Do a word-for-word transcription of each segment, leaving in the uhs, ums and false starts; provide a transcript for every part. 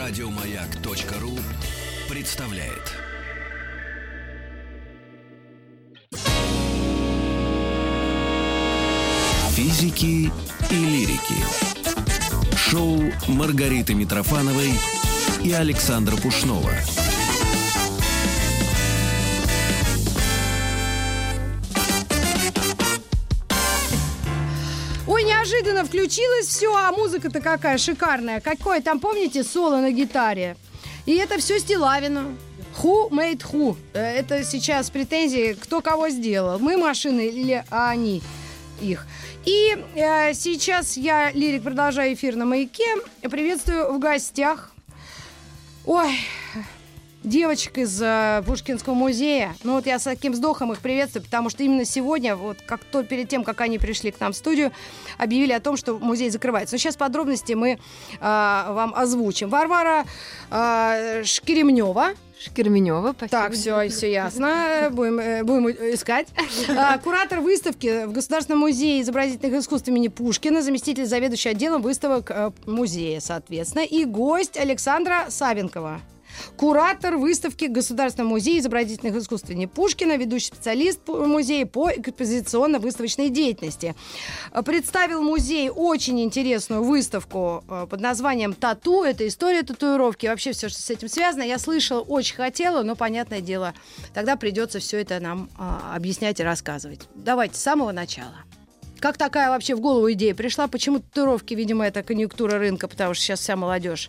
Радиомаяк.ру представляет. Физики и лирики. Шоу Маргариты Митрофановой и Александра Пушнова. Ой, неожиданно включилось все, а музыка-то какая шикарная. Какое там, помните, соло на гитаре? И это все Стилавину. Who made who? Это сейчас претензии, кто кого сделал. Мы машины или они их. И э, сейчас я, лирик, продолжаю эфир на Маяке. Приветствую в гостях. Ой... девочек из э, Пушкинского музея. Ну вот я с таким вздохом их приветствую, потому что именно сегодня, вот как то перед тем, как они пришли к нам в студию, объявили о том, что музей закрывается. Но сейчас подробности мы э, вам озвучим. Варвара э, Шкеремнева. Шкерменева, спасибо. Так, все, все ясно. Будем, будем искать. А, куратор выставки в Государственном музее изобразительных искусств имени Пушкина, заместитель заведующего отделом выставок э, музея, соответственно, и гость Александра Савенкова. Куратор выставки Государственного музея изобразительных искусств имени Пушкина, ведущий специалист музея по экспозиционно-выставочной деятельности. Представил музей очень интересную выставку под названием «Тату». Это история татуировки, вообще все, что с этим связано. Я слышала, очень хотела, но, понятное дело, тогда придется все это нам а, объяснять и рассказывать. Давайте с самого начала. Как такая вообще в голову идея пришла? Почему татуировки, видимо, это конъюнктура рынка, потому что сейчас вся молодежь.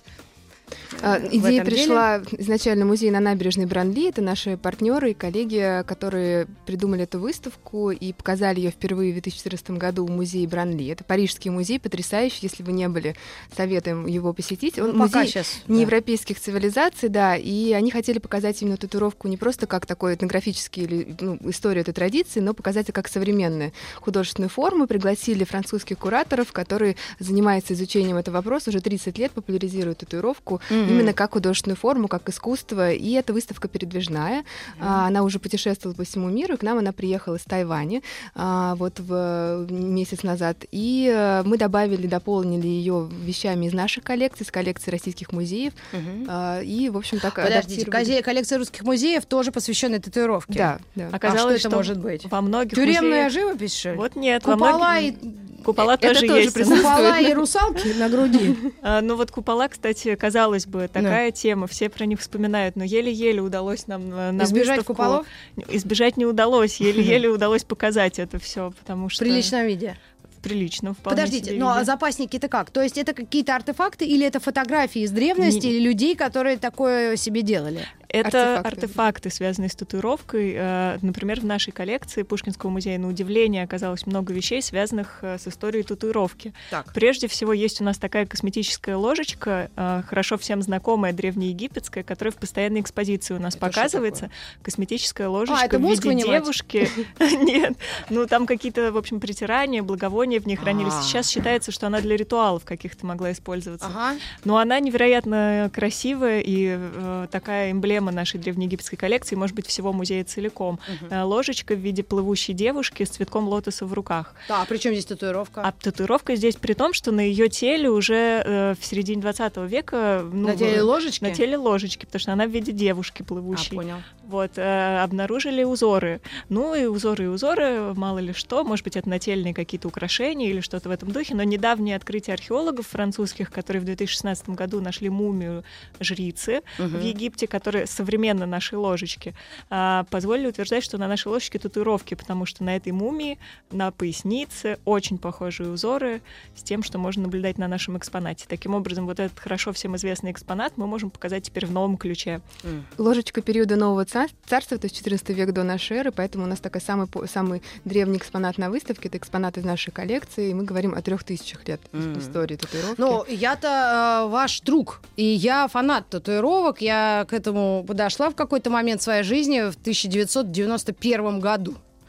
А, идея пришла деле? изначально музей на набережной Бранли. Это наши партнеры и коллеги, которые придумали эту выставку и показали ее впервые в две тысячи четырнадцатом году в музее Бранли. Это парижский музей, потрясающий. Если вы не были, советуем его посетить. Он ну, музей сейчас, неевропейских да. цивилизаций, да, и они хотели показать именно татуировку не просто как такой этнографический или ну, историю этой традиции, но показать это как современную художественную форму. Пригласили французских кураторов, которые занимаются изучением этого вопроса, уже тридцать лет популяризируют татуировку mm-hmm. именно как художественную форму, как искусство. И эта выставка передвижная. Mm-hmm. А, она уже путешествовала по всему миру. И к нам она приехала из Тайваня а, вот в месяц назад. И а, мы добавили, дополнили ее вещами из наших коллекций, из коллекции российских музеев. Mm-hmm. А, и, в общем, так Подождите, адаптировали. Коллекция русских музеев тоже посвящена татуировке? Да. да. Оказалось, а что это что может быть? Во многих Тюремная музеях... живопись, что ли? Вот нет. Купола во многих... и... Купола это тоже, тоже есть. Купола и русалки на груди. А, ну вот купола, кстати, казалось бы, такая да. тема, все про них вспоминают, но еле-еле удалось нам на избежать выставку... куполов? Избежать не удалось, еле-еле удалось показать это все, потому что... В приличном виде? В приличном, вполне Подождите, себе ну виде. а запасники-то как? То есть это какие-то артефакты или это фотографии из древности, не... или людей, которые такое себе делали? Это артефакты. артефакты, связанные с татуировкой. Например, в нашей коллекции Пушкинского музея на удивление оказалось много вещей, связанных с историей татуировки. Так. Прежде всего, есть у нас такая косметическая ложечка, хорошо всем знакомая, древнеегипетская, которая в постоянной экспозиции у нас это показывается. Косметическая ложечка а, в виде девушки. Нет, ну там какие-то, в общем, притирания, благовония в ней хранились. Сейчас считается, что она для ритуалов каких-то могла использоваться. Но она невероятно красивая и такая эмблема нашей древнеегипетской коллекции, может быть, всего музея целиком. Uh-huh. Ложечка в виде плывущей девушки с цветком лотоса в руках. Да, а при чем здесь татуировка? А татуировка здесь при том, что на ее теле уже э, в середине двадцатого века... Ну, на теле ложечки? На теле ложечки, потому что она в виде девушки плывущей. А, понял. Вот, э, обнаружили узоры. Ну, и узоры, и узоры, мало ли что, может быть, это нательные какие-то украшения или что-то в этом духе, но недавнее открытие археологов французских, которые в две тысячи шестнадцатом году нашли мумию жрицы uh-huh. в Египте, которая современно нашей ложечки, а, позволили утверждать, что на нашей ложечке татуировки, потому что на этой мумии, на пояснице очень похожие узоры с тем, что можно наблюдать на нашем экспонате. Таким образом, вот этот хорошо всем известный экспонат мы можем показать теперь в новом ключе. Mm. Ложечка периода Нового Царства, то есть четырнадцатый век до нашей эры, поэтому у нас такой самый, самый древний экспонат на выставке, это экспонат из нашей коллекции, и мы говорим о трех тысячах лет mm. истории татуировки. Ну, я-то э, ваш друг, и я фанат татуировок, я к этому подошла в какой-то момент своей жизни в тысяча девятьсот девяносто первом году.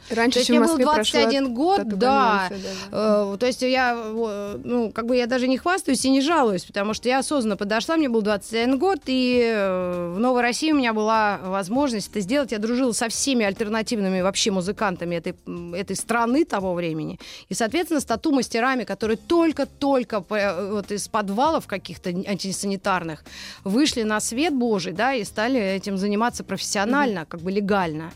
Раньше, чем в мне был двадцать один год, да. да. То есть я, ну, как бы я даже не хвастаюсь и не жалуюсь, потому что я осознанно подошла, мне был двадцать один год, и в Новой России у меня была возможность это сделать. Я дружила со всеми альтернативными вообще музыкантами этой, этой страны того времени. И, соответственно, с тату-мастерами, которые только-только вот из подвалов каких-то антисанитарных вышли на свет Божий, да, и стали этим заниматься профессионально, mm-hmm. как бы легально.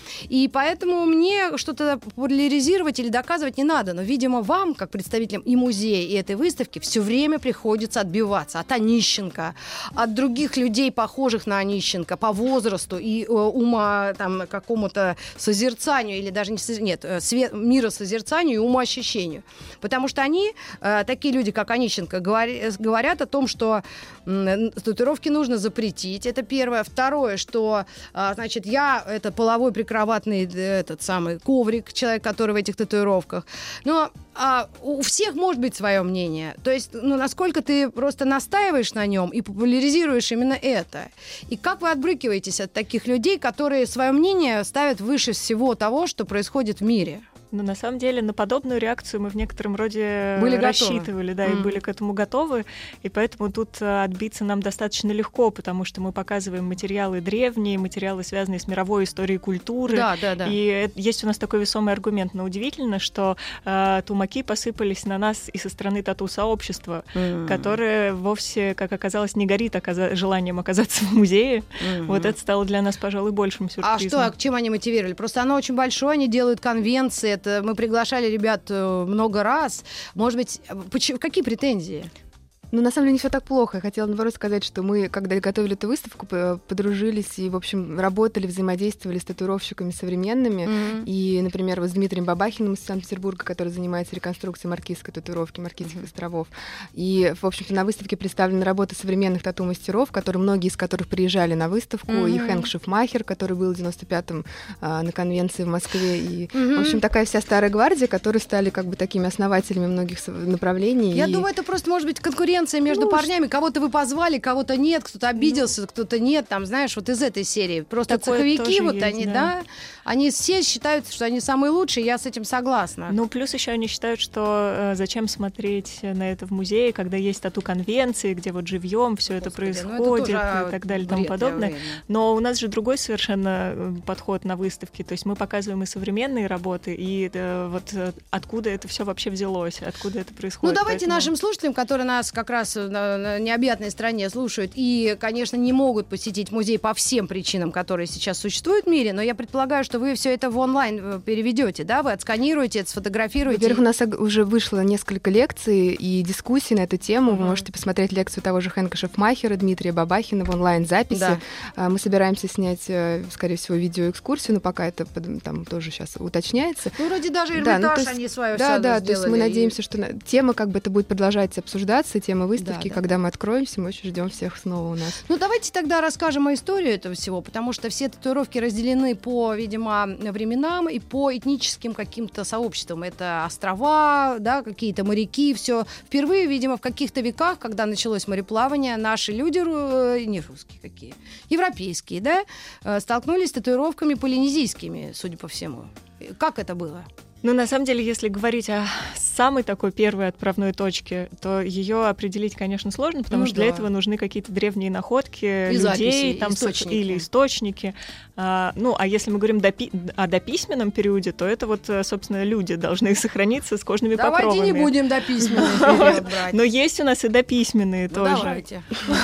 И поэтому мне что-то популяризировать или доказывать не надо. Но, видимо, вам, как представителям и музея, и этой выставки, все время приходится отбиваться от Онищенко, от других людей, похожих на Онищенко, по возрасту и э, ума там, какому-то созерцанию, или даже не соз... нет, свет... миросозерцанию и умоощущению. Потому что они, э, такие люди, как Онищенко, говор... говорят о том, что э, татуировки нужно запретить. Это первое. Второе, что, э, значит, я, это половой прикроватный этот самый коврик, человек, который в этих татуировках. Но а, у всех может быть свое мнение. То есть, ну, насколько ты просто настаиваешь на нем и популяризируешь именно это. И как вы отбрыкиваетесь от таких людей, которые свое мнение ставят выше всего того, что происходит в мире? Но на самом деле на подобную реакцию мы в некотором роде были рассчитывали, готовы. да, Mm. и были к этому готовы, и поэтому тут отбиться нам достаточно легко, потому что мы показываем материалы древние, материалы, связанные с мировой историей культуры, да, да, да. и есть у нас такой весомый аргумент. Но удивительно, что э, тумаки посыпались на нас и со стороны тату-сообщества, mm. которое вовсе, как оказалось, не горит оказа- желанием оказаться в музее. Mm-hmm. Вот это стало для нас, пожалуй, большим сюрпризом. А что, чем они мотивировали? Просто оно очень большое, они делают конвенции, это мы приглашали ребят много раз. Может быть, почему, какие претензии? Ну, на самом деле, не все так плохо. Я хотела, наоборот, сказать, что мы, когда готовили эту выставку, подружились и, в общем, работали, взаимодействовали с татуировщиками современными. Mm-hmm. И, например, вот с Дмитрием Бабахиным из Санкт-Петербурга, который занимается реконструкцией маркизской татуировки, Маркизских mm-hmm. островов. И, в общем-то, на выставке представлены работы современных тату-мастеров, которые, многие из которых приезжали на выставку. Mm-hmm. И Хэнк Шифмахер, который был в девяносто пятом а, на конвенции в Москве. И, mm-hmm. в общем, такая вся старая гвардия, которые стали как бы такими основателями многих направлений. Я и... думаю, это просто может быть конкуренция между ну, парнями. Кого-то вы позвали, кого-то нет, кто-то обиделся, ну, кто-то нет. Там, знаешь, вот из этой серии. Просто цеховики, вот есть, они, да. да, они все считают, что они самые лучшие, я с этим согласна. Ну, плюс еще они считают, что э, зачем смотреть на это в музее, когда есть тату-конвенции, где вот живьем все это происходит, ну, это и так далее и тому подобное. Но у нас же другой совершенно подход на выставке. То есть мы показываем и современные работы, и э, вот откуда это все вообще взялось, откуда это происходит. Ну, давайте Поэтому... нашим слушателям, которые нас как раз на, на необъятной стране слушают и, конечно, не могут посетить музей по всем причинам, которые сейчас существуют в мире, но я предполагаю, что вы все это в онлайн переведете, да? Вы отсканируете, это сфотографируете. Во-первых, у нас уже вышло несколько лекций и дискуссий на эту тему. Uh-huh. Вы можете посмотреть лекцию того же Хэнка Шифмахера, Дмитрия Бабахина в онлайн-записи. Да. Мы собираемся снять, скорее всего, видеоэкскурсию, но пока это там тоже сейчас уточняется. Ну, вроде даже Эрмитаж, да, ну, есть, они свое да, все да, сделали. То есть мы надеемся, что тема как бы это будет продолжать обсуждаться, тема выставки, да, да, когда да. мы откроемся, мы очень ждем всех снова у нас. Ну, давайте тогда расскажем о истории этого всего, потому что все татуировки разделены по, видимо, временам и по этническим каким-то сообществам. Это острова, да, какие-то моряки, все. Впервые, видимо, в каких-то веках, когда началось мореплавание, наши люди, не русские какие, европейские, да, столкнулись с татуировками полинезийскими, судя по всему. Как это было? Ну, на самом деле, если говорить о самой такой первой отправной точке, то ее определить, конечно, сложно, потому ну, что да. для этого нужны какие-то древние находки и людей записи, там, источники. или источники. А, ну, а если мы говорим допи- о дописьменном периоде, то это вот, собственно, люди должны сохраниться с кожными давайте покровами. Давайте не будем дописьменный период брать. Но есть у нас и дописьменные ну, тоже. Давайте.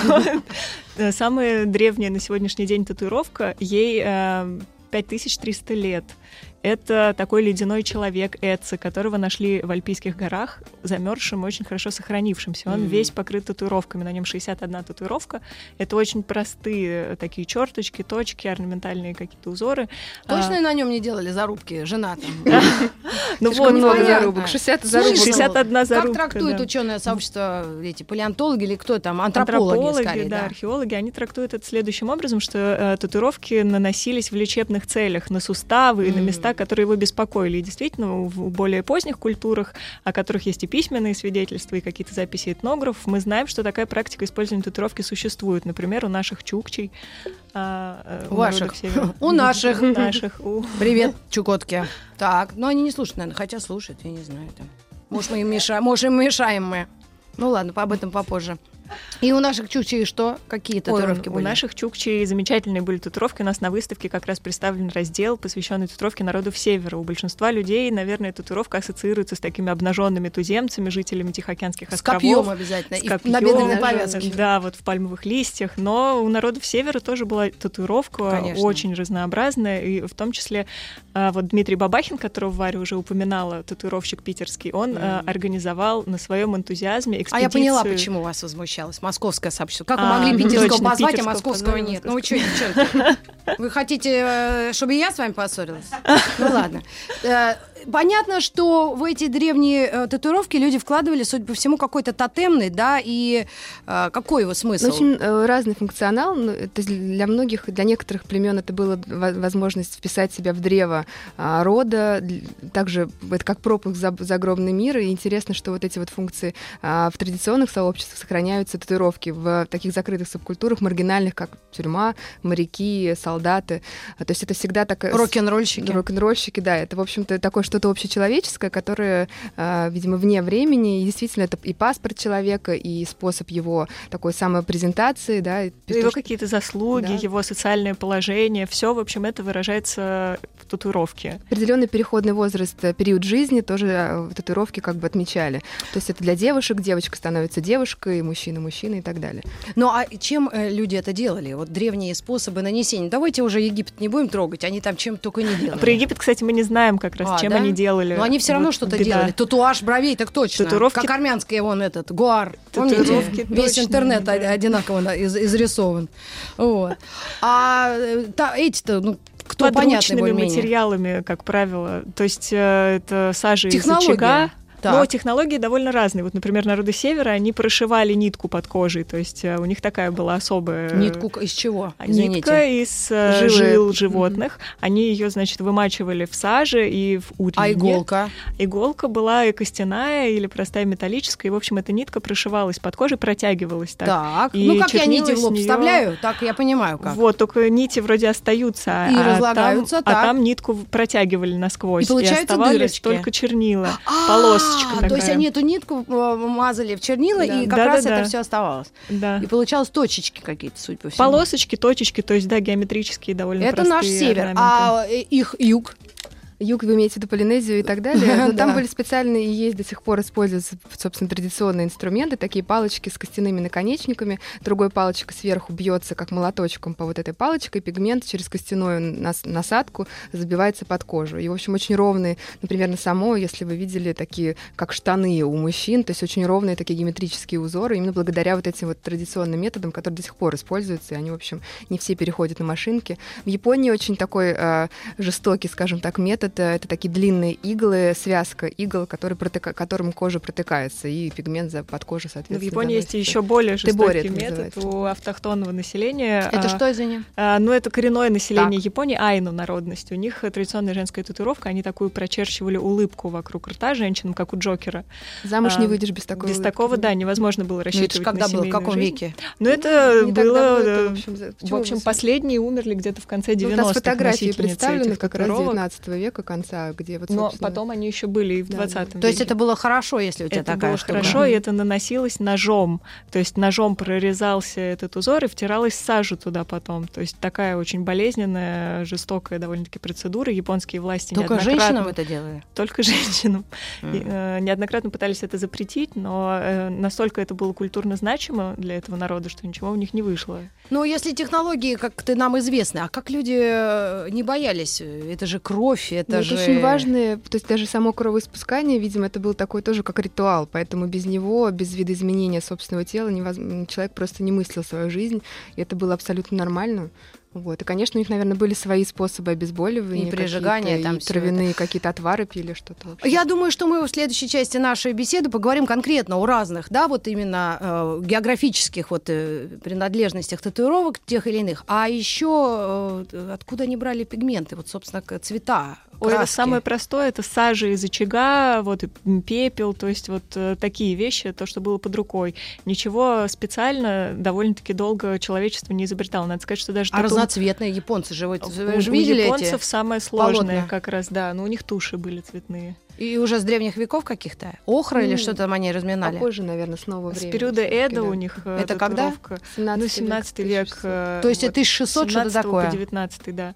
Самая древняя на сегодняшний день татуировка, ей пять тысяч триста лет. Это такой ледяной человек Эци, которого нашли в Альпийских горах, замерзшим, очень хорошо сохранившимся. Он mm-hmm. весь покрыт татуировками, на нем шестьдесят одна татуировка. Это очень простые такие черточки, точки, орнаментальные какие-то узоры. Точно а... на нем не делали зарубки женатым? Ну вот много зарубок. шестьдесят одна зарубка. Как трактует ученое сообщество, эти палеонтологи или кто там, антропологи скорее? Да, археологи, они трактуют это следующим образом, что татуировки наносились в лечебных целях на суставы и на места, места, которые его беспокоили. И действительно, в более поздних культурах, о которых есть и письменные свидетельства, и какие-то записи этнографов, мы знаем, что такая практика использования татуировки существует. Например, у наших чукчей. А, у ваших. У наших. У наших. Привет, чукотки. Так, но они не слушают, наверное, хотя слушают, я не знаю. Там. Может, мы им мешаем, может, им мешаем мы. Ну ладно, об этом попозже. И у наших чукчей что? Какие татуировки Ой, были? У наших чукчей замечательные были татуировки. У нас на выставке как раз представлен раздел, посвященный татуировке народов Севера. У большинства людей, наверное, татуировка ассоциируется с такими обнаженными туземцами, жителями Тихоокеанских с островов. С копьем обязательно. С и копьем, на бедренной повязке. Да, вот в пальмовых листьях. Но у народов Севера тоже была татуировка, конечно, очень разнообразная. И в том числе вот Дмитрий Бабахин, которого Варя уже упоминала, татуировщик питерский, он mm. организовал на своем энтузиазме экспедицию. А я поняла, почему вас возмущалось. Московское сообщество. Как вы а, могли питерского точно, позвать, питерского а московского позвали, нет? Московского. Ну вы что, девчонки? Вы хотите, чтобы я с вами поссорилась? Ну ладно. Понятно, что в эти древние татуировки люди вкладывали, судя по всему, какой-то тотемный, да, и какой его смысл? Очень разный функционал. То есть для многих, для некоторых племен это была возможность вписать себя в древо рода, также это как пропуск в загробный мир, и интересно, что вот эти вот функции в традиционных сообществах сохраняются татуировки в таких закрытых субкультурах, маргинальных, как тюрьма, моряки, солдаты. То есть это всегда такая... Рок-н-ролльщики. Рок-н-ролльщики, да. Это, в общем-то, такое что-то общечеловеческое, которое, видимо, вне времени. И действительно, это и паспорт человека, и способ его такой самопрезентации, да. Его то, какие-то заслуги, да. Его социальное положение, все, в общем, это выражается в татуировке. Определенный переходный возраст, период жизни тоже татуировки как бы отмечали. То есть это для девушек, девочка становится девушкой, мужчина мужчина и так далее. Ну а чем э, люди это делали? Вот древние способы нанесения. Давайте уже Египет не будем трогать, они там чем только не делали. Про Египет, кстати, мы не знаем как раз, а, чем да? они делали. Но они все равно вот что-то беда. делали. Татуаж бровей, так точно. Татуировки... Как армянская вон этот, гуар. Помните? Весь точно, интернет да. одинаково из- изрисован. Вот. А та, эти-то, ну, кто подручными материалами, как правило. То есть э, это сажа из очага. Так. Но технологии довольно разные. Вот, например, народы Севера, они прошивали нитку под кожей, то есть у них такая была особая... Нитку из чего? Извините. Нитка из Жилы. жил животных. Mm-hmm. Они ее, значит, вымачивали в саже и в урине. А иголка? Иголка была и костяная, или простая металлическая, и, в общем, эта нитка прошивалась под кожей, протягивалась так. Так, и ну как я нити в лоб неё... вставляю, так я понимаю как. Вот, только нити вроде остаются, и а, разлагаются, там, а там нитку протягивали насквозь. И получается и оставались дырочки. только чернила, полосочка такая. То есть они эту нитку мазали в чернила, да. и как да, раз да, это да. все оставалось. Да. И получалось точечки какие-то, судя по всему. Полосочки, точечки, то есть, да, геометрические довольно это простые. Это наш север, орнаменты. а их юг? Юг, вы имеете в виду Полинезию и так далее, но там были специальные, и есть до сих пор используются, собственно, традиционные инструменты, такие палочки с костяными наконечниками, другой палочкой сверху бьется как молоточком по вот этой палочке, и пигмент через костяную нас- насадку забивается под кожу. И, в общем, очень ровные, например, на само, если вы видели такие, как штаны у мужчин, то есть очень ровные такие геометрические узоры, именно благодаря вот этим вот традиционным методам, которые до сих пор используются, и они, в общем, не все переходят на машинки. В Японии очень такой э, жестокий, скажем так, метод. Это, это такие длинные иглы, связка игл, который протыка, которым кожа протыкается, и пигмент за, под кожей, соответственно. В Японии есть еще более жестокий метод у автохтонного населения. Это а, что, извини? А, ну, это коренное население так. Японии, айну народность. У них традиционная женская татуировка, они такую прочерчивали улыбку вокруг рта женщинам, как у Джокера. Замуж а, не выйдешь без такой Без улыбки. такого, да, невозможно было рассчитывать ну, это когда на семейную было? В каком жизнь. веке? Ну, это не было... Это, в общем, за... в общем последние умерли где-то в конце девяностых. Ну, у нас фотографии представлены как раз девятнадцатого века, конца, где вот, но потом они еще были и в двадцатом веке. То есть это было хорошо, если у тебя это такая было штука. хорошо, и это наносилось ножом. То есть ножом прорезался этот узор, и втиралась сажа туда потом. То есть такая очень болезненная, жестокая довольно-таки процедура. Японские власти Только неоднократно... женщинам это делали? Только женщинам. Mm. И, э, неоднократно пытались это запретить, но э, настолько это было культурно значимо для этого народа, что ничего у них не вышло. Ну, если технологии как-то нам известны, а как люди не боялись? Это же кровь, это ну, же... Это очень важно, то есть даже само кровоиспускание, видимо, это был такой тоже как ритуал, поэтому без него, без видоизменения собственного тела невоз... человек просто не мыслил свою жизнь, и это было абсолютно нормально. Вот. И, конечно, у них, наверное, были свои способы обезболивания. И прижигания, там и травяные какие-то отвары пили, что-то. Вообще. Я думаю, что мы в следующей части нашей беседы поговорим конкретно о разных, да, вот именно э, географических вот э, принадлежностях татуировок тех или иных. А еще э, откуда они брали пигменты, вот, собственно, цвета, Ой, краски? это самое простое, это сажа из очага, вот, пепел, то есть вот э, такие вещи, то, что было под рукой. Ничего специально довольно-таки долго человечество не изобретало. Надо сказать, что даже... А тату... разноцветные японцы же, вот, вы у, же видели у японцев эти самое сложное полотна? как раз, да, но у них туши были цветные. И уже с древних веков каких-то? Охра Ну, или что там они разминали? Попозже, наверное, с нового С времени. периода Эда да. у них э, Это когда? татуировка. семнадцатый Ну, семнадцатый век. век, э, То есть вот, это тысяча шестьсот, что-то семнадцатого такое? по девятнадцатый, да.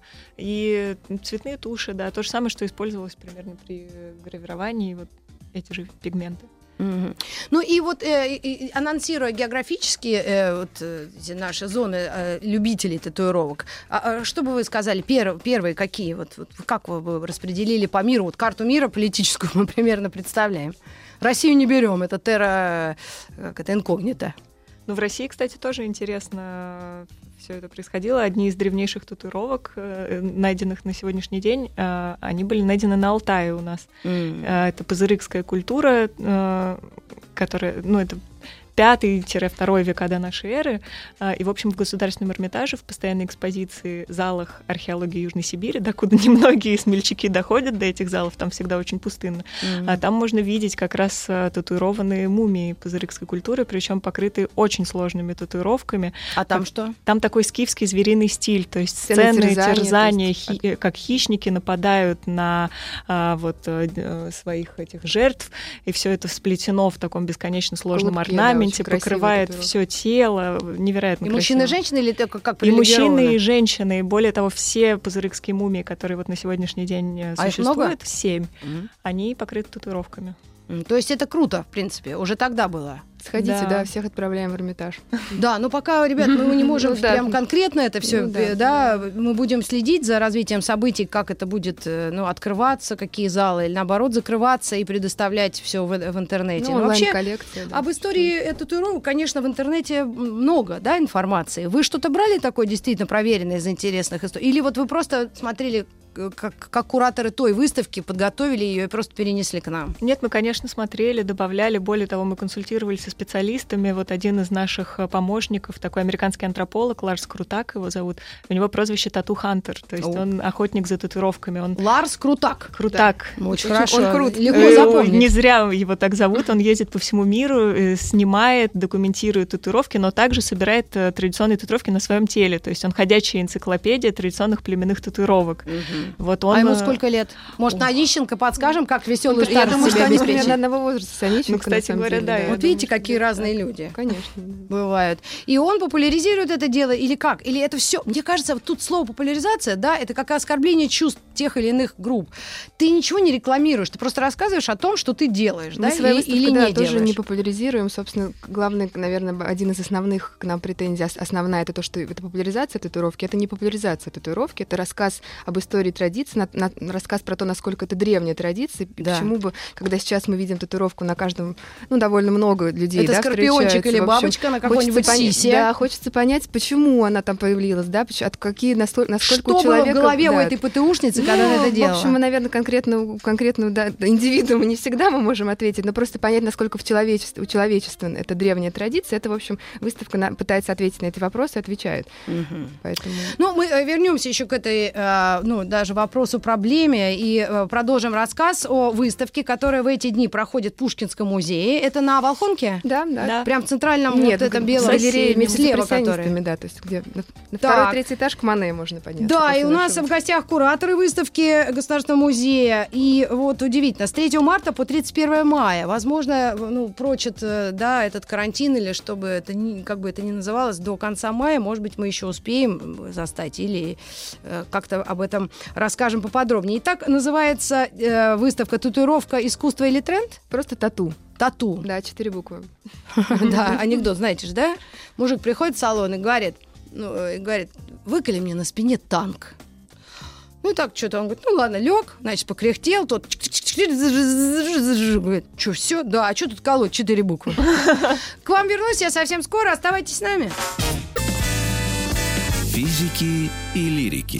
И цветные туши, да, то же самое, что использовалось примерно при гравировании, вот эти же пигменты. Мгм. Ну и вот э, и- и анонсируя географически э, вот, э, эти наши зоны э, любителей татуировок, а, а что бы вы сказали, пер- первые какие, вот, вот как вы бы распределили по миру, вот карту мира политическую мы примерно представляем. Россию не берем, это терра, как это, инкогнито. Ну, в России, кстати, тоже интересно все это происходило. Одни из древнейших татуировок, э, найденных на сегодняшний день, э, они были найдены на Алтае у нас. М. Э, Это пазырыкская культура, э, которая, ну, это пятый-второй века до нашей эры. А, И, в общем, в Государственном Эрмитаже в постоянной экспозиции залах археологии Южной Сибири, да, куда немногие смельчаки доходят до этих залов, там всегда очень пустынно. Мгм. А там можно видеть как раз а, татуированные мумии пазырыкской культуры, причем покрытые очень сложными татуировками. А там что? Там такой скифский звериный стиль, то есть Сцены сцены терзания, терзания, то есть хи- как хищники нападают на а, вот э, э, своих этих жертв, и все это сплетено в таком бесконечно сложном Голубки, да, орнаменте, очень красивые покрывает татуировки. все тело, невероятно И красиво. мужчины и женщины или только как И мужчины, и привилегированно? женщины, и более того, все пазырыкские мумии, которые вот на сегодняшний день э, А их много? существуют, семь, Мгм. они покрыты татуировками. М, То есть это круто, в принципе, уже тогда было. Сходите, Да. да. всех отправляем в Эрмитаж. Да, но пока, ребят, мы не можем Ну да. прям конкретно это все, Ну да. да, мы будем следить за развитием событий, как это будет, э, ну, открываться, какие залы, или наоборот закрываться и предоставлять все в, в интернете. Ну, Но вообще онлайн-коллекция. да. об истории э, татуировок, конечно, в интернете много, да, информации. Вы что-то брали такое действительно проверенное из интересных историй? Или вот вы просто смотрели, э, как, как кураторы той выставки подготовили ее и просто перенесли к нам? Нет, мы, конечно, смотрели, добавляли. Более того, мы консультировались со специалистами. Вот один из наших э, помощников, такой американский антрополог, Ларс Крутак его зовут. У него прозвище Тату Хантер, то есть О. он охотник за татуировками. Он Ларс Крутак. Крутак. Ну, очень, Очень- хорошо. он крут. Легко Э, запомнить. Не зря его так зовут. Он ездит по всему миру, э, снимает, документирует татуировки, но также собирает э, традиционные татуировки на своем теле. То есть он ходячая энциклопедия традиционных племенных татуировок. Мгм. Вот он, А ему э, сколько лет? Может, на Онищенко подскажем, как веселый Я старость думаю, себе что они обеспечить? примерно одного возраста с Онищенко, Ну, кстати на самом говоря, деле, да, я Вот думаю, видите, что какие где-то разные так. люди Конечно. бывают. И он популяризирует это дело или как? Или это все? Мне кажется, вот тут слово популяризация, да, это как оскорбление чувств тех или иных групп. Ты ничего не рекламируешь, ты просто рассказываешь о том, что ты делаешь, Мы да, свои и- выставки, или да, не тоже делаешь. не популяризируем. Собственно, главный, наверное, один из основных к нам претензий, ос- основная, это то, что это популяризация татуировки. Это не популяризация татуировки, это рассказ об истории традиции, на- на- рассказ про то, насколько это древняя традиция, и Да. почему бы, когда сейчас мы видим татуировку на каждом, ну, довольно много людей, Это да, скорпиончик встречается. или В общем, бабочка на хочется какой-нибудь понять- сисе. Да, хочется понять, почему она там появилась, да, поч- от какие, настоль- насколько Что у человека... было в голове у да, этой ПТУшницы, когда она ну, это делала? В общем, мы, наверное, конкретно, конкретно да, индивидууму не всегда мы можем ответить, но просто понять, насколько в человечестве, у человечества это древняя традиция, это, в общем, выставка на- пытается ответить на эти вопросы и отвечает. Мгм. Поэтому... Ну, мы э, вернемся еще к этой, э, ну, даже вопросу, проблеме, и э, продолжим рассказ о выставке, которая в эти дни проходит в Пушкинском музее. Это на Волхонке? Да, да. Да. Прям в центральном Нет, вот этом в белом галерее вместе с слева, который. импрессионистами, да, то есть где на, на Так. второй, третий этаж к Мане можно подняться. Да, после и у нас нашего- в гостях кураторы выставки Государственного музея. И вот удивительно, с третьего марта по тридцать первое мая, возможно, ну, прочит, э, да, этот карантин, или чтобы это, ни, как бы это ни называлось, до конца мая, может быть, мы еще успеем застать, или э, как-то об этом расскажем поподробнее. Итак, называется э, выставка «Татуировка. Искусство или тренд?» Просто тату. Тату. Да, четыре буквы. Да, анекдот, знаете же, да? Мужик приходит в салон и говорит, ну, э, говорит, выколи мне на спине танк. Ну и так что-то он говорит, ну ладно, лег, значит, покряхтел, тот говорит, что, все? Да, а что тут колоть? Четыре буквы. К вам вернусь я совсем скоро, оставайтесь с нами. Физики и лирики.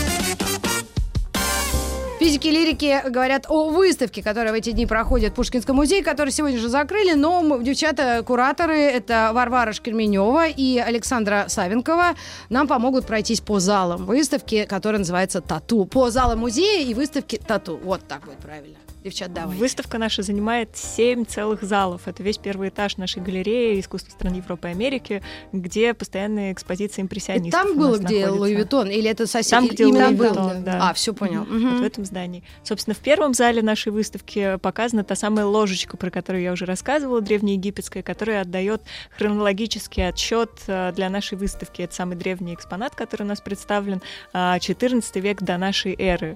Физики и лирики говорят о выставке, которая в эти дни проходит в Пушкинском музее, который сегодня же закрыли, но девчата-кураторы, это Варвара Шкерменева и Александра Савенкова, нам помогут пройтись по залам выставки, которая называется «Тату». По залам музея и выставки «Тату». Вот так будет правильно. Девчат, давай. Выставка наша занимает семь целых залов. Это весь первый этаж нашей галереи «Искусство стран Европы и Америки», где постоянные экспозиции импрессионистов. И там было, где Луи Виттон? Или это сосед? Там, где именно Луи был? Виттон, да. А, все понял. Mm-hmm. Угу. Вот в этом здании. Собственно, в первом зале нашей выставки показана та самая ложечка, про которую я уже рассказывала, древнеегипетская, которая отдает хронологический отсчет для нашей выставки. Это самый древний экспонат, который у нас представлен, четырнадцатый век до нашей эры.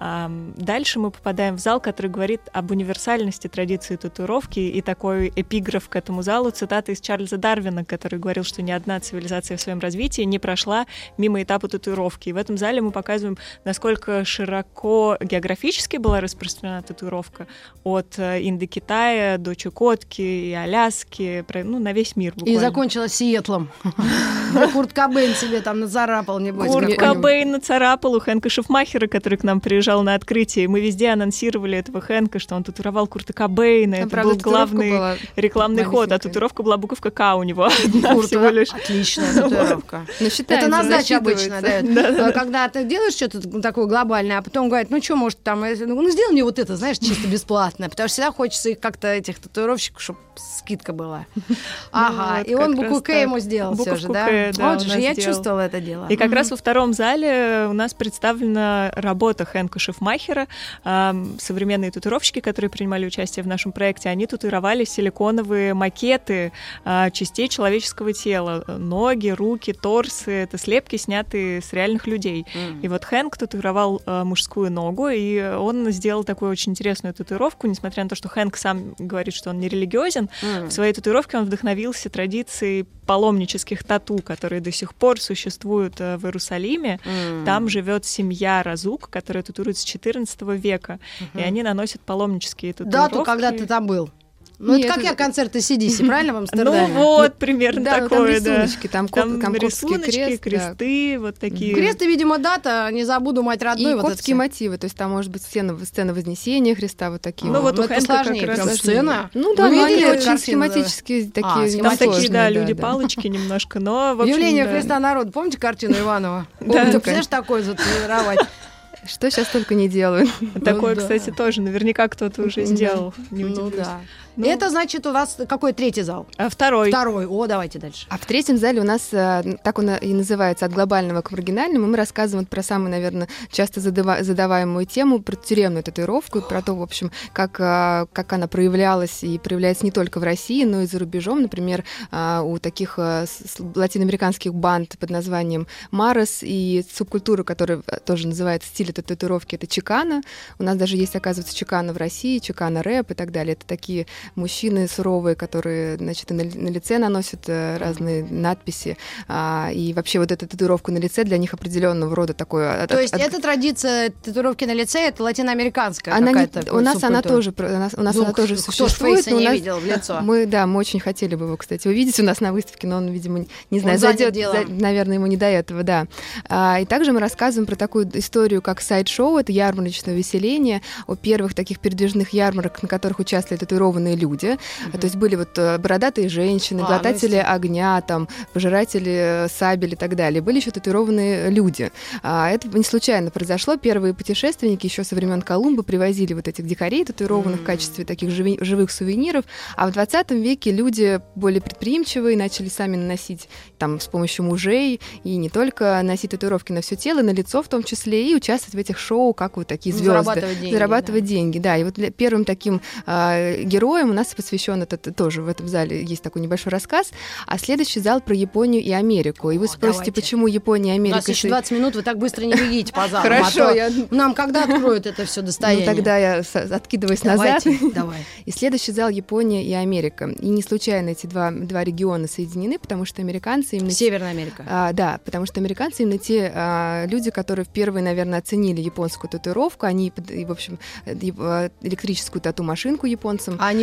Дальше мы попадаем в зал, который говорит об универсальности традиции татуировки, и такой эпиграф к этому залу, цитата из Чарльза Дарвина, который говорил, что ни одна цивилизация в своем развитии не прошла мимо этапа татуировки. И в этом зале мы показываем, насколько широко географически была распространена татуировка от Индокитая до Чукотки и Аляски, ну, на весь мир буквально. И закончилась Сиэтлом. Курт Кобейн себе там нацарапал, небось. Курт Кобейн нацарапал у Хэнка Шефмахера, который к нам приезжал на открытие. Мы везде анонсировали этого Хэнка, что он татуировал Курта Кобейна. Это правда, был главный рекламный ход, а татуировка была буковка К у него одна всего лишь. Отличная татуировка. Это на сдачу обычно дают. Когда ты делаешь что-то такое глобальное, а потом говорят, ну что, может, там, ну сделай мне вот это, знаешь, чисто бесплатно, потому что всегда хочется их как-то, этих татуировщиков, чтобы скидка была. Ага, и он букву К ему сделал все же, да? Вот же, я чувствовала это дело. И как раз во втором зале у нас представлена работа Хэнка Шефмахера. Современные татуировщики, которые принимали участие в нашем проекте, они татуировали силиконовые макеты частей человеческого тела. Ноги, руки, торсы. Это слепки, снятые с реальных людей. И вот Хэнк татуировал мужскую ногу, и он сделал такую очень интересную татуировку, несмотря на то, что Хэнк сам говорит, что он не религиозен. В своей татуировке он вдохновился традицией паломнических тату, которые до сих пор существуют в Иерусалиме. Mm. Там живет семья Разук, которая татуирует с четырнадцатого века, mm-hmm. и они наносят паломнические татуировки. Дату, когда ты там был. Ну, Нет, это как это... я концерты си ди си, правильно, в Амстердаме? Ну вот, примерно да, такое, там рисуночки, да. Там, там, там рисуночки, крест, кресты, да. Вот такие. Крест и, видимо, дата, не забуду, мать родной. И вот коптские мотивы, то есть там может быть сцена, сцена Вознесения Христа, вот такие. Ну, вот, вот у Хэнка сложнее, как раз сцена. Ну да, ну, они очень схематические такие. А, там такие, да, да, люди-палочки да. немножко, но в общем, Явление да. Христа народу. Помните картину Иванова? Да. Ты представляешь, такое затуировать? Что сейчас только не делают. Такое, ну, да. кстати, тоже наверняка кто-то уже сделал. Не ну да. Ну, это значит у вас какой третий зал? А второй. Второй. О, давайте дальше. А в третьем зале у нас, так он и называется, от глобального к маргинальному, мы рассказываем про самую, наверное, часто задава- задаваемую тему, про тюремную татуировку, про то, в общем, как, как она проявлялась и проявляется не только в России, но и за рубежом. Например, у таких латиноамериканских банд под названием Марос и субкультура, которая тоже называется стиль этой татуировки, это чикано. У нас даже есть, оказывается, чикано в России, чикано рэп и так далее. Это такие мужчины суровые, которые, значит, на, на лице наносят э, разные надписи, а, и вообще вот эта татуировка на лице для них определенного рода такой... То от, есть от... эта традиция татуировки на лице, это латиноамериканская она какая-то не, У нас она тоже, у нас, у нас ну, она тоже кто существует. Кто ж Фейса не нас, видел в лицо? Мы, да, мы очень хотели бы его, кстати, увидеть у нас на выставке, но он, видимо, не знаю, зайдет, за, наверное, ему не до этого, да. А, и также мы рассказываем про такую историю, как сайд-шоу, это ярмарочное увеселение, о первых таких передвижных ярмарок, на которых участвовали татуированные люди. Mm-hmm. То есть были вот бородатые женщины, а, глотатели ну, огня, там, пожиратели сабель и так далее. Были еще татуированные люди. А, это не случайно произошло. Первые путешественники еще со времен Колумба привозили вот этих дикарей татуированных mm-hmm. в качестве таких живи- живых сувениров. А в двадцатом веке люди более предприимчивые начали сами наносить там, с помощью мужей и не только носить татуировки на все тело, на лицо в том числе, и участвовать в этих шоу, как вот такие звезды. Зарабатывать деньги. Зарабатывать да. деньги, да. И вот первым таким э, героем у нас посвящен этот тоже в этом зале есть такой небольшой рассказ, а следующий зал про Японию и Америку. И вы О, спросите, давайте. Почему Япония и Америка? У нас еще двадцать минут, вы так быстро не бегите по залу. Хорошо, а я... Нам когда откроют это все достояние? Ну тогда я откидываюсь назад. Давай. И следующий зал Япония и Америка. И не случайно эти два, два региона соединены, потому что американцы именно... Северная Америка. А, да, потому что американцы именно те а, люди, которые впервые, наверное, оценили японскую татуировку. Они, и, в общем, электрическую тату-машинку японцам. Они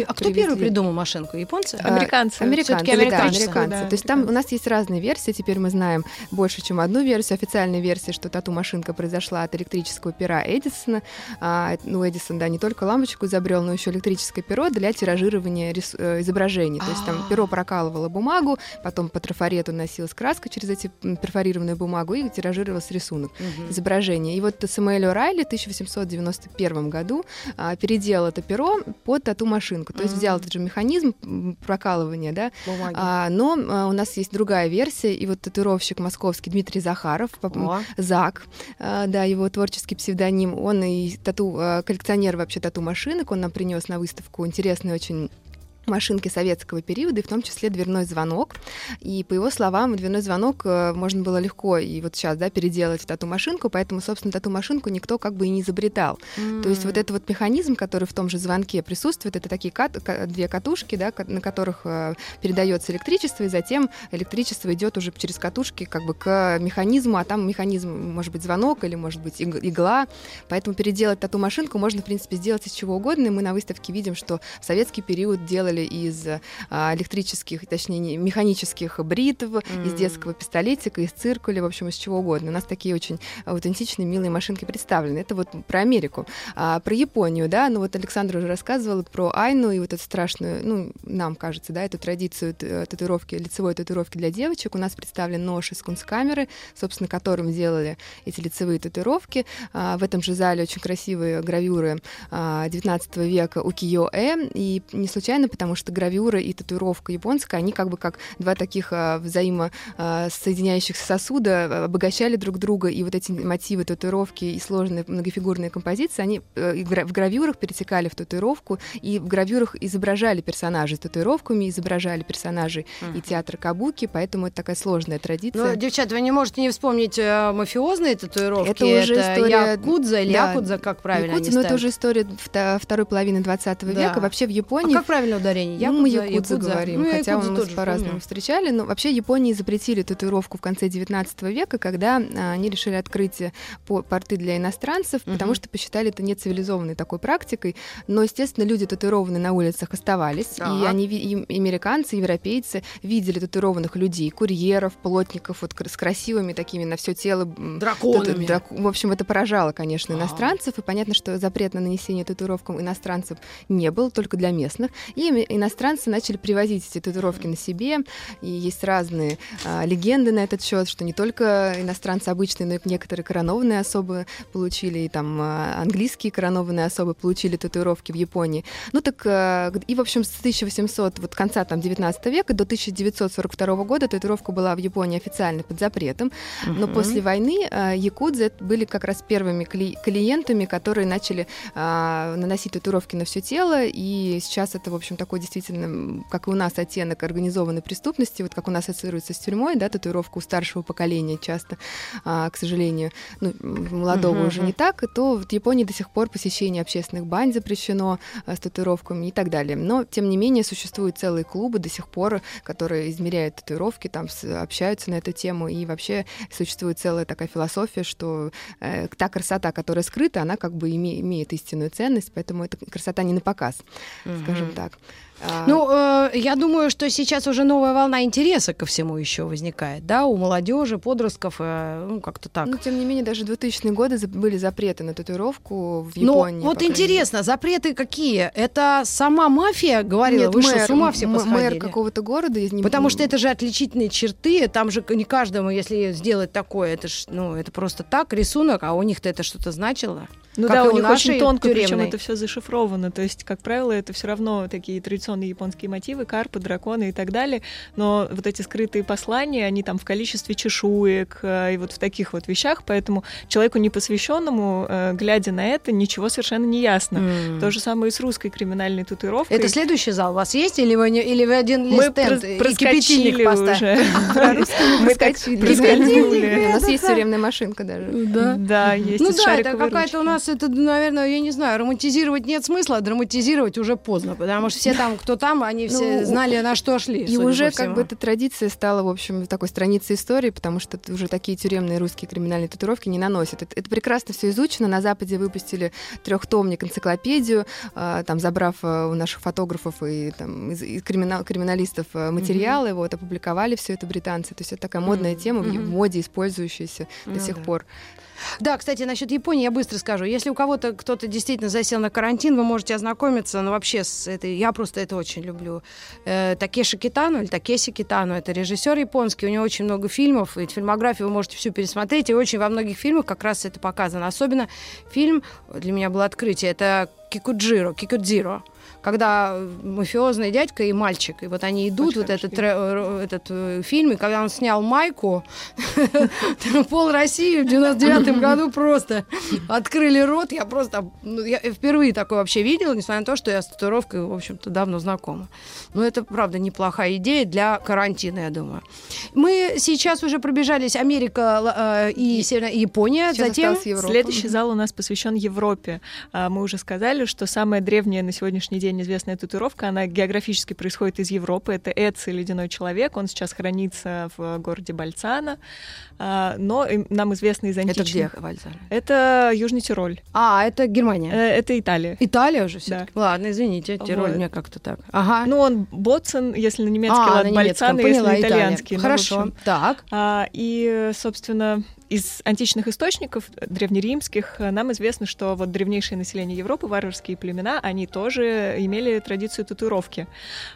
А кто привезли. первый придумал машинку? Японцы? Американцы. Американцы, Всё-таки да, американцы. американцы. Да, То есть там у нас есть разные версии, теперь мы знаем больше, чем одну версию. Официальная версия, что тату-машинка произошла от электрического пера Эдисона. А, ну, Эдисон, да, не только лампочку изобрел, но еще электрическое перо для тиражирования рис... э, изображений. То есть там перо прокалывало бумагу, потом по трафарету носилась краска через эти перфорированную бумагу и тиражировался рисунок Мгм. изображения. И вот Самуэль О'Райли в тысяча восемьсот девяносто первом году а, переделал это перо под тату-машинку. То есть Мгм. взял этот же механизм м, прокалывания, да, Бумаги. а, но а, у нас есть другая версия, и вот татуировщик московский Дмитрий Захаров, по- О. Зак, а, да, его творческий псевдоним, он и тату, а, коллекционер вообще тату-машинок, он нам принес на выставку интересный очень машинки советского периода, и в том числе дверной звонок. И по его словам, дверной звонок э, можно было легко и вот сейчас, да, переделать в тату-машинку, поэтому, собственно, тату-машинку никто как бы и не изобретал. То есть вот этот вот механизм, который в том же звонке присутствует, это такие кат- ка- две катушки, да, ка- на которых э, передается электричество, и затем электричество идет уже через катушки как бы к механизму, а там механизм может быть звонок или может быть иг- игла, поэтому переделать тату-машинку можно, в принципе, сделать из чего угодно, и мы на выставке видим, что в советский период делали из а, электрических, точнее, не- механических бритв, Mm. из детского пистолетика, из циркуля, в общем, из чего угодно. У нас такие очень аутентичные, милые машинки представлены. Это вот про Америку. А, про Японию, да, ну вот Александра уже рассказывала про айну и вот эту страшную, ну, нам кажется, да, эту традицию т- татуировки, лицевой татуировки для девочек. У нас представлен нож из кунсткамеры, собственно, которым делали эти лицевые татуировки. А, в этом же зале очень красивые гравюры а, девятнадцатого века укиё-э, и не случайно, потому что гравюра и татуировка японская, они как бы как два таких а, взаимосоединяющихся сосуда обогащали друг друга, и вот эти мотивы татуировки и сложные многофигурные композиции, они э, и гра- в гравюрах перетекали в татуировку, и в гравюрах изображали персонажей с татуировками, изображали персонажей и театра кабуки, поэтому это такая сложная традиция. Ну, девчат, вы не можете не вспомнить э, мафиозные татуировки. Это уже история- якудза или да, якудза, как правильно Якудза, они ну, это ставят? уже история вта- второй половины двадцатого Да. века. Вообще в А Японии... как правильно ударение? Ну, мы Якудза, якудза якудза. говорим, Ну, хотя якудза мы тоже по-разному помню. встречали. Но вообще Японии запретили татуировку в конце девятнадцатого века, когда а, они решили открыть э, по- порты для иностранцев, Мгм. потому что посчитали это нецивилизованной такой практикой. Но, естественно, люди татуированные на улицах оставались, Так. и они, ви- и и американцы, и европейцы видели татуированных людей, курьеров, плотников вот, кр- с красивыми такими на все тело м, Драконами. Тату- драк- В общем, это поражало, конечно, А. иностранцев, и понятно, что запрет на нанесение татуировкам иностранцев не был, только для местных. И ми- иностранцы начали привозить эти татуировки на себе, и есть разные а, легенды на этот счет, что не только иностранцы обычные, но и некоторые коронованные особы получили, и там а, английские коронованные особы получили татуировки в Японии. Ну так, а, и, в общем, с тысяча восьмисот, вот конца там девятнадцатого века до тысяча девятьсот сорок второго года татуировка была в Японии официально под запретом, но Мгм. после войны а, якудзы были как раз первыми кли- клиентами, которые начали а, наносить татуировки на все тело, и сейчас это, в общем, такой действительно, м, как и у нас, оттенок организованной преступности, вот как у нас ассоциируется с тюрьмой, да, татуировка у старшего поколения часто, а, к сожалению, ну, м, молодого Мгм, уже мгм. не так, то в Японии до сих пор посещение общественных бань запрещено а, с татуировками и так далее. Но, тем не менее, существуют целые клубы до сих пор, которые измеряют татуировки, там с- общаются на эту тему, и вообще существует целая такая философия, что э, та красота, которая скрыта, она как бы име- имеет истинную ценность, поэтому эта красота не на показ, скажем Мгм. так. А, Ну, э, я думаю, что сейчас уже новая волна интереса ко всему еще возникает, да, у молодежи, подростков, э, ну, как-то так. но, тем не менее, даже двухтысячные годы за- были запреты на татуировку в Но Японии. вот по крайней интересно, запреты какие? Это сама мафия мере. говорила? Нет, Вы мэр, что, с ума все м- посходили? мэр какого-то города. я не- Потому что это же отличительные черты, там же не каждому, если сделать такое, это ж, ну, это просто так, рисунок, а у них-то это что-то значило. Ну Как да, и у у них нашей очень тонко, причем тюремной. это все зашифровано. То есть, как правило, это все равно такие традиционные японские мотивы, карпы, драконы и так далее. Но вот эти скрытые послания, они там в количестве чешуек э, и вот в таких вот вещах. Поэтому человеку непосвященному, э, глядя на это, ничего совершенно не ясно. М. То же самое и с русской криминальной татуировкой. Это следующий зал у вас есть? Или вы, не- или вы один Мы лист стенд прос- и проскочили кипятильник поставили? уже. Про русскую мы Мы так проскочили. проскользнули. У нас есть тюремная машинка даже. Да. Да, есть Ну из да, это шариковой какая-то у ручки. нас, это, наверное, я не знаю, романтизировать нет смысла, а драматизировать уже поздно, потому что все там там, кто там, они все Ну, знали, на что шли. И уже как бы эта традиция стала, в общем, такой страницей истории, потому что уже такие тюремные русские криминальные татуировки не наносят. Это, это прекрасно все изучено. На Западе выпустили трехтомник, энциклопедию, э, там, забрав э, у наших фотографов и там, из, из криминал, криминалистов э, материалы, mm-hmm. вот, опубликовали все это британцы. То есть это такая модная mm-hmm. тема, mm-hmm. в моде использующаяся mm-hmm. до сих пор. Да, кстати, насчет Японии я быстро скажу. Если у кого-то кто-то действительно засел на карантин, вы можете ознакомиться, ну, вообще с этой... Я просто это очень люблю. Э, Такеши Китано, или Такеси Китано, это режиссер японский, у него очень много фильмов, и фильмографию вы можете всю пересмотреть, и очень во многих фильмах как раз это показано. Особенно фильм, для меня было открытие, это Кикуджиро, Кикудзиро, когда мафиозный дядька и мальчик, и вот они идут, очень вот этот, фильм. этот э, фильм, и когда он снял майку, пол России в девяносто девятом году просто открыли рот, я просто, ну, я впервые такое вообще видела, несмотря на то, что я с татуировкой, в общем-то, давно знакома. Но это, правда, неплохая идея для карантина, я думаю. Мы сейчас уже пробежались Америка э, и Северная и Япония, сейчас затем... Следующий зал у нас посвящен Европе. Мы уже сказали, что самая древняя на сегодняшний день известная татуировка, она географически происходит из Европы. Это Эци, ледяной человек. Он сейчас хранится в городе Бальцано. Но нам известно из античных... Это где Бальцано? Это Южный Тироль. А, это Германия? Это Италия. Италия уже все-таки? Да. Ладно, извините, Тироль вот. Мне как-то так. Ага. Ну, он Боцен, если на немецкий, а, лад, Бальцано, если на итальянский. Ну, хорошо, так. А, и, собственно... Из античных источников, древнеримских, нам известно, что вот древнейшее население Европы, варварские племена, они тоже имели традицию татуировки.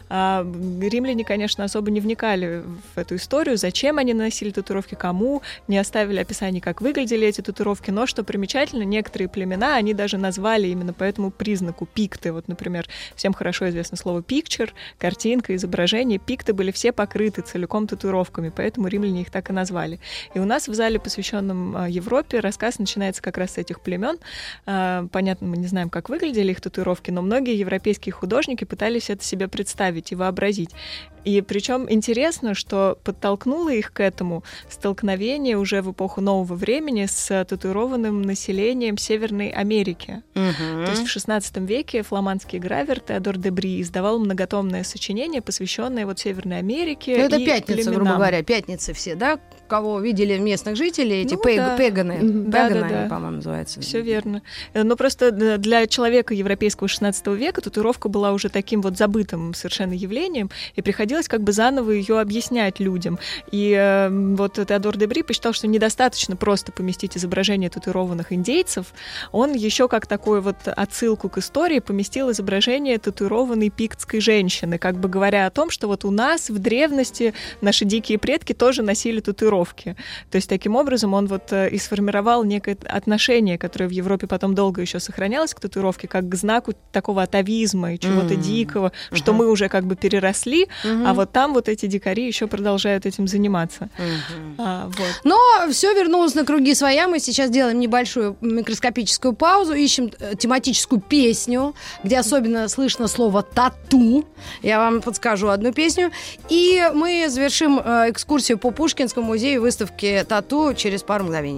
А римляне, конечно, особо не вникали в эту историю, зачем они наносили татуировки, кому, не оставили описаний, как выглядели эти татуировки, но, что примечательно, некоторые племена, они даже назвали именно по этому признаку пикты. Вот, например, всем хорошо известно слово picture, картинка, изображение. Пикты были все покрыты целиком татуировками, поэтому римляне их так и назвали. И у нас в зале, посвященном Европе, рассказ начинается как раз с этих племен. Понятно, мы не знаем, как выглядели их татуировки, но многие европейские художники пытались это себе представить и вообразить. И причем интересно, что подтолкнуло их к этому столкновение уже в эпоху нового времени с татуированным населением Северной Америки. Угу. То есть в шестнадцатом веке фламандский гравер Теодор де Бри издавал многотомное сочинение, посвященное вот Северной Америке. Ну, это и пятница, племенам. грубо говоря, пятницы все, да? Кого видели местных жителей, эти ну, пег, да. пеганы, Да, пеганы, да, да. они, по-моему, называются. Все верно. Но просто для человека европейского шестнадцатого века татуировка была уже таким вот забытым совершенно явлением, и приходилось как бы заново ее объяснять людям. И э, вот Теодор де Бри посчитал, что недостаточно просто поместить изображение татуированных индейцев, он еще как такую вот отсылку к истории поместил изображение татуированной пиктской женщины, как бы говоря о том, что вот у нас в древности наши дикие предки тоже носили татуировки. То есть таким образом он вот и сформировал некое отношение, которое в Европе потом долго еще сохранялось к татуировке, как к знаку такого атавизма и чего-то mm-hmm. дикого, uh-huh. что мы уже как бы переросли, uh-huh. а вот там вот эти дикари еще продолжают этим заниматься. Uh-huh. А, вот. Но все вернулось на круги своя. Мы сейчас делаем небольшую микроскопическую паузу, ищем тематическую песню, где особенно слышно слово «тату». Я вам подскажу одну песню. И мы завершим экскурсию по Пушкинскому музею выставки «Тату» через пару мгновений.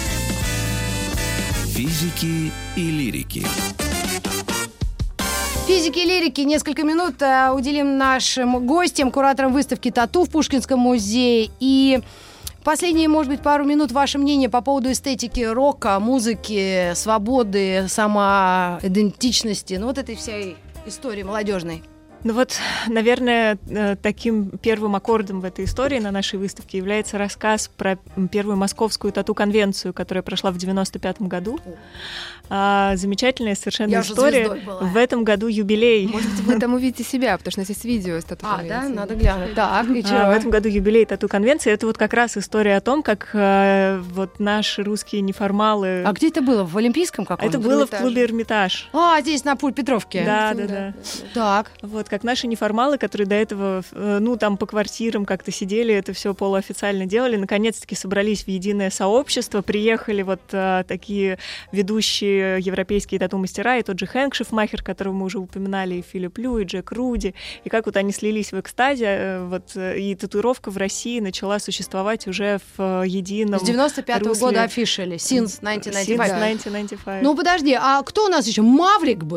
Физики и лирики. Физики и лирики. Несколько минут а, уделим нашим гостям, кураторам выставки «Тату» в Пушкинском музее. И последние, может быть, пару минут ваше мнение по поводу эстетики рока, музыки, свободы, самоидентичности, ну вот этой всей истории молодежной. Ну вот, наверное, таким первым аккордом в этой истории на нашей выставке является рассказ про первую московскую тату-конвенцию, которая прошла в девяносто пятом году. А, замечательная совершенно Я история. В этом году юбилей. Может быть, вы там увидите себя, потому что у нас есть видео с тату-конвенцией. А, да? Надо глянуть. Так, и а, в этом году юбилей тату-конвенции. Это вот как раз история о том, как а, вот наши русские неформалы... А где это было? В Олимпийском каком-то? Это было в клубе «Эрмитаж». А, здесь, на Петровке. Да, да, да. Так. Вот, как наши неформалы, которые до этого, ну, там по квартирам как-то сидели, это все полуофициально делали, наконец-таки собрались в единое сообщество, приехали вот а, такие ведущие европейские тату-мастера, и тот же Хэнк Шифмахер, которого мы уже упоминали, и Филипп Лю, и Джек Руди, и как вот они слились в экстазе, вот, и татуировка в России начала существовать уже в едином С девяносто пятого русле. года officially, since тысяча девятьсот девяносто пять. Since тысяча девятьсот девяносто пять. Ну, подожди, а кто у нас еще? Маврик был?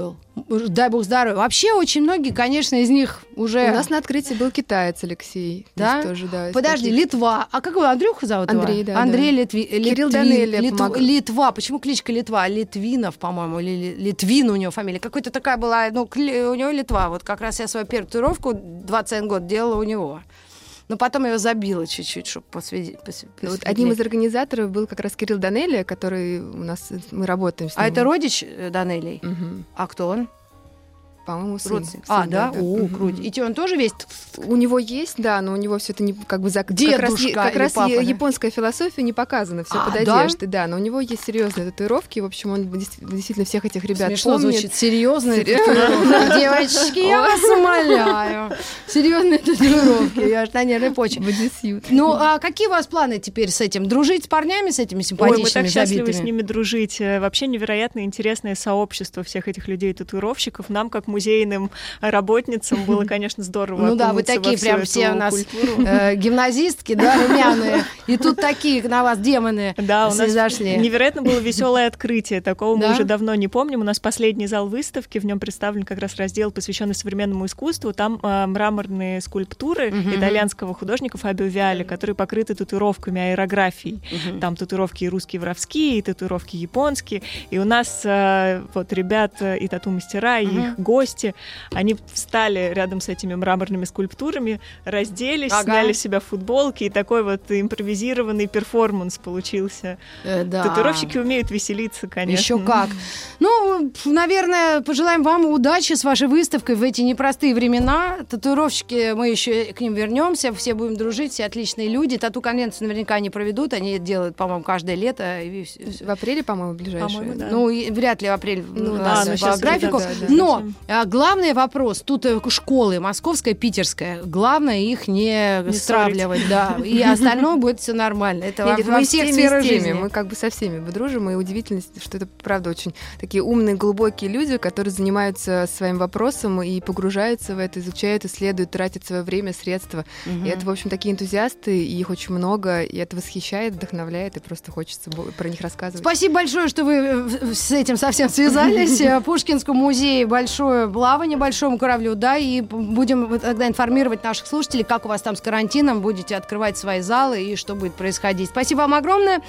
дай бог здоровья. Вообще очень многие, конечно, из них уже... У нас на открытии был китаец Алексей. Да? Тоже, да. Подожди, таких... Литва. А как его, Андрюха зовут его? Андрей, да. Андрей да. Литви... Кирилл Литви... Данелия Литв... помог... Литва. Почему кличка Литва? Литвинов, по-моему, или Литвин у него фамилия. Какой-то такая была, ну, кли... у него Литва. Вот как раз я свою первую татуировку двадцать один год делала у него. Но потом я его забила чуть-чуть, чтобы посведи... посведи... Вот одним из организаторов был как раз Кирилл Данелия, который у нас... Мы работаем с ним. А это родич Данелий? Угу. А кто он? По-моему, сын. сын а, да? да, да. О, угу. круть. И он тоже весь... У него есть, да, но у него все это не как бы... За... Дедушка как раз, как раз папа, да? японская философия не показана, все а, под да? одеждой, да, но у него есть серьезные татуировки, в общем, он действительно всех этих ребят Смешно помнит. звучит. Серьезные татуировки. Девочки, я вас умоляю. Серьезные татуировки. Я аж на нервной почве. Ну, а какие у вас планы теперь с этим? Дружить с парнями, с этими симпатичными, Ой, мы так счастливы забитыми? с ними дружить. Вообще невероятно интересное сообщество всех этих людей-татуировщиков. Нам, как музейным работницам, было, конечно, здорово. Ну да, вы такие прям все у нас э, гимназистки, да, румяные. И тут такие на вас демоны да, у нас зашли. Невероятно было веселое открытие. Такого да? мы уже давно не помним. У нас последний зал выставки, в нем представлен как раз раздел, посвященный современному искусству. Там э, мраморные скульптуры uh-huh. итальянского художника Фабио Виале, которые покрыты татуировками, аэрографией. Uh-huh. Там татуировки и русские воровские, и татуировки японские. И у нас э, вот ребята и тату-мастера, и uh-huh. их гости, они встали рядом с этими мраморными скульптурами, разделись, ага. сняли с себя футболки, и такой вот импровизированный перформанс получился. Э, да. Татуировщики умеют веселиться, конечно. Еще как. Ну, наверное, пожелаем вам удачи с вашей выставкой в эти непростые времена. Татуировщики, мы еще к ним вернемся, все будем дружить, все отличные люди. Тату-конвенцию наверняка они проведут, они это делают, по-моему, каждое лето. В апреле, по-моему, ближайшее. По-моему, да. Ну, вряд ли в апреле ну, да, да, по графику. Да, да, Но да. главный вопрос, тут школы, московская, питерская, главное их не, не стравливать, да, и остальное будет все нормально. Это Нет, во, во всех сферах жизни. Мы как бы со всеми дружим, и удивительно, что это, правда, очень такие умные, глубокие люди, которые занимаются своим вопросом и погружаются в это, изучают, исследуют, тратят свое время, средства. Угу. И это, в общем, такие энтузиасты, и их очень много, и это восхищает, вдохновляет, и просто хочется про них рассказывать. Спасибо большое, что вы с этим совсем связались. Пушкинскому музею большое плавание, большому кораблю, да, и будем тогда информировать наших слушателей, как у вас там с карантином, будете открывать свои залы и что будет происходить. Спасибо вам огромное.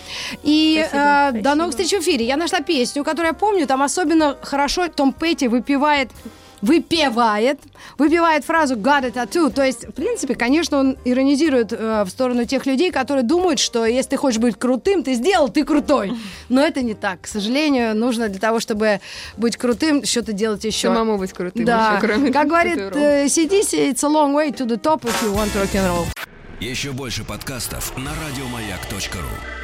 И спасибо, э, спасибо. До новых встреч в эфире. Я нашла песню, которую я помню, там особенно хорошо Том Петти выпивает выпивает, выпивает фразу «got a tattoo». То есть, в принципе, конечно, он иронизирует э, в сторону тех людей, которые думают, что если ты хочешь быть крутым, ты сделал, ты крутой. Но это не так. К сожалению, нужно для того, чтобы быть крутым, что-то делать еще. Самому быть крутым да. еще, кроме как говорит э, си ди си, it's a long way to the top if you want rock and roll. Еще больше подкастов на радиомаяк точка ру.